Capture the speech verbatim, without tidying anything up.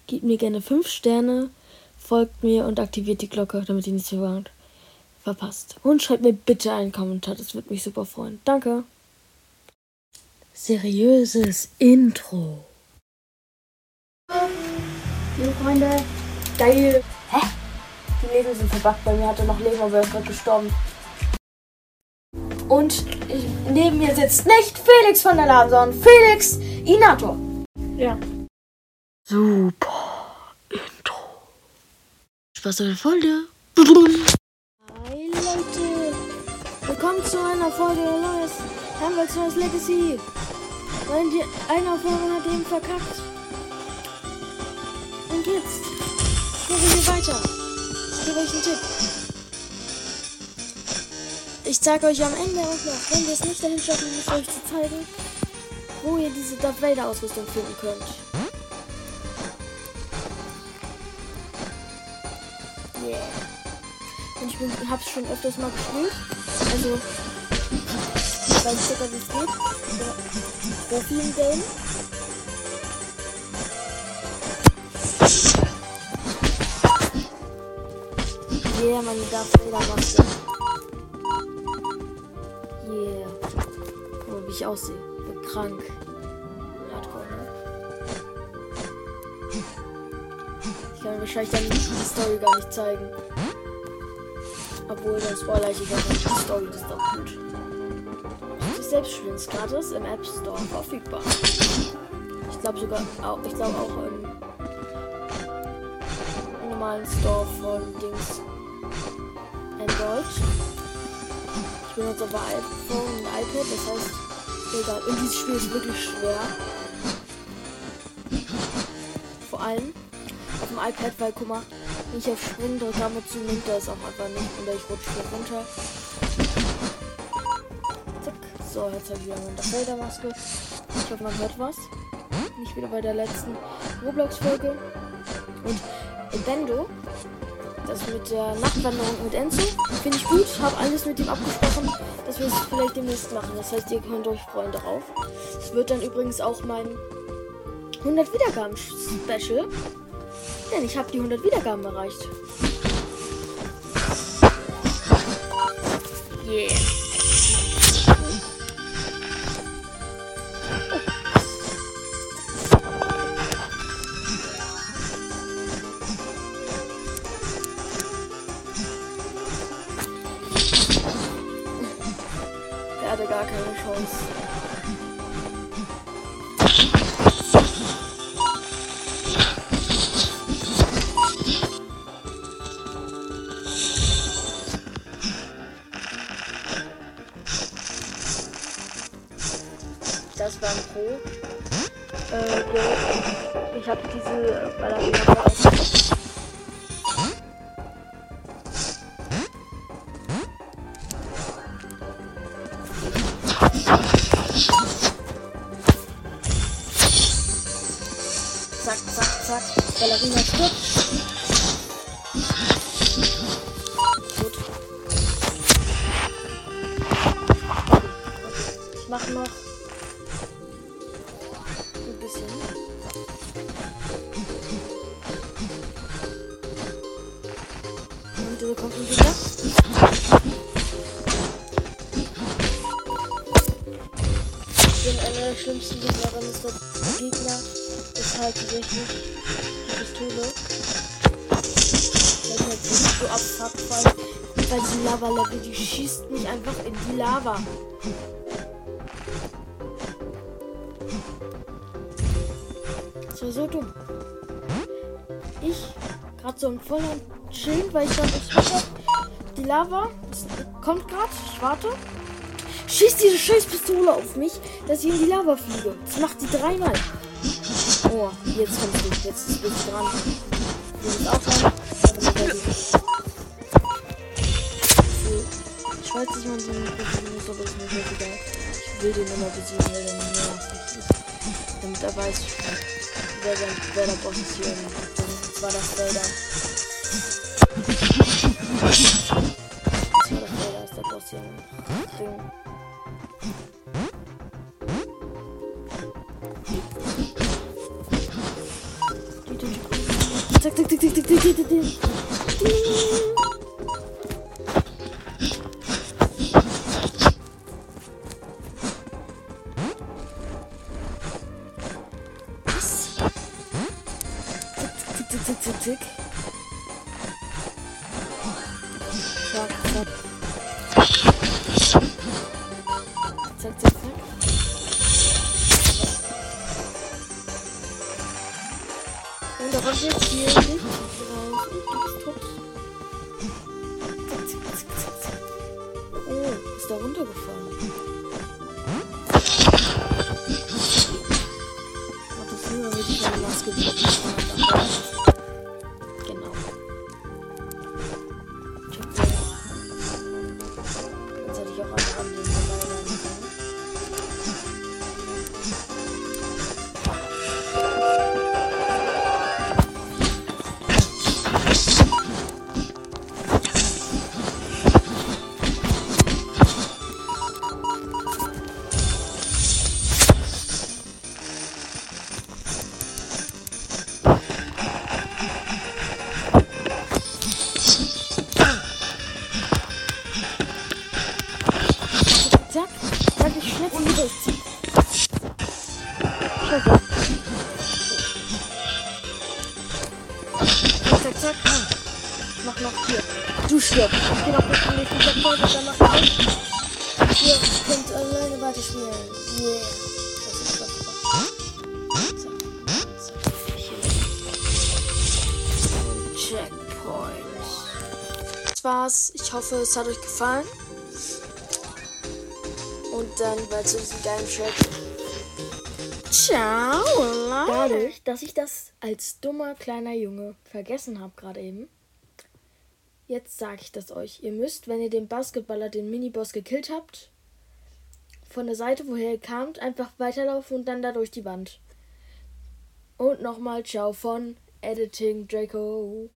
Gebt mir gerne fünf Sterne, folgt mir und aktiviert die Glocke, damit ihr nichts verpasst. verpasst. Und schreibt mir bitte einen Kommentar, das würde mich super freuen. Danke. Seriöses Intro. Liebe Freunde, geil. Hä? Die Leben sind verbuggt, bei mir hatte noch Leben, aber er ist gerade gestorben. Und ich, neben mir sitzt nicht Felix von der Laden, sondern Felix Inator. Ja. Super Intro. Spaß an der Folge. Hi Leute. Willkommen zu einer Folge Neues Handwerks Neues Legacy. Weil die eine Aufnahme hat eben verkackt. Und jetzt machen wir weiter. Ich gebe euch einen Tipp. Ich zeige euch am Ende auch noch, wenn wir es nicht dahin schaffen, es euch zu zeigen, wo ihr diese Darth Vader Ausrüstung finden könnt. Yeah. Und ich bin, hab's schon öfters mal gespielt. Also, ich weiß sogar, wie es geht. Der Profi im Game. Yeah, meine Darth Vader Maske. Yeah. Guck mal, wie ich aussehe. Ich bin krank. Hardcore, ne? Ich kann wahrscheinlich dann die Story gar nicht zeigen. Obwohl, dann spoiler ich gar nicht die Story, das ist doch gut. Die Selbstspielens gratis im App Store verfügbar. Ich glaube sogar auch, ich glaube auch im, im normalen Store von Dings Android. Ich benutze aber iPhone und iPad, das heißt, egal. Und dieses Spiel ist wirklich schwer. Vor allem auf dem iPad, weil guck mal, wenn ich auf Springen drücke, damit zu nimmt er es auch einfach nicht und ich rutsche hier runter. Zack. So, jetzt habe ich wieder meine Darth Maske. Ich hoffe, man hört was. Nicht wieder bei der letzten Roblox-Folge. Und Bendo, das mit der Nachtwanderung mit Enzo, finde ich gut. Habe alles mit ihm abgesprochen, dass wir es vielleicht demnächst machen. Das heißt, ihr könnt euch freuen darauf. Es wird dann übrigens auch mein hundert Wiedergaben-Special. Denn ich habe die hundert Wiedergaben erreicht. Yeah. Der hatte gar keine Chance. Das war ein Pro. Äh, Go. Ich habe diese Ballerina verlassen. Zack, zack, zack. Ballerina stirbt. Gut. Ich mache noch ein bisschen. Und du bekommst ihn wieder. Ich bin einer der schlimmsten Gegner, ist der Gegner ist halt tatsächlich die Pistole. Weil ich halt so abfuckt, weil, weil diese Lava-Level, die schießt mich einfach in die Lava. Das war so dumm. Ich gerade so im vollen Chillen, weil ich gerade nicht hab. Die Lava kommt gerade. Ich warte. Schießt diese scheiß Pistole auf mich, dass ich in die Lava fliege. Das macht die dreimal. Oh, jetzt kommst du. Jetzt bist du dran. Du bist auch dran. Ich weiß nicht, man so einen besiegen muss, aber ist mir halt egal. Ich will den immer besiegen, weil der mir nervt ist. Damit er weiß, wer der, wer der Boss ist hier. Das war das Vader. Das war das Vader, ist der Boss hier im Ding. Die tut zack, zack, zack, zack, zack, zack, zack, zack. Zick, zick, zick. Zack, zack. Zack, zack, zack. Und da kommt jetzt hier Licht raus. Und du bist tot. Zack, zack, zack, zack, zack. Oh, ist da runtergefallen. Mach das nur, damit ich meine Maske habe. Genau. Jetzt hätte ich auch alle anderen dabei sein können. Zack, zack, ich schnitte ihn durch. Scheiße. Zack, zack, zack. Ich mach noch hier. Du stirbst. Ich geh noch bis zum nächsten Checkpoint und dann mach ich. Ihr könnt alleine weiterspielen. Yeah. Das ist das. Checkpoint. Das war's. Ich hoffe, es hat euch gefallen. Und dann bei zu diesem geilen Track. Ciao. Dadurch, dass ich das als dummer kleiner Junge vergessen habe gerade eben, jetzt sage ich das euch. Ihr müsst, wenn ihr den Basketballer, den Miniboss gekillt habt, von der Seite, woher ihr kamt, einfach weiterlaufen und dann da durch die Wand. Und nochmal Ciao von Editing Draco.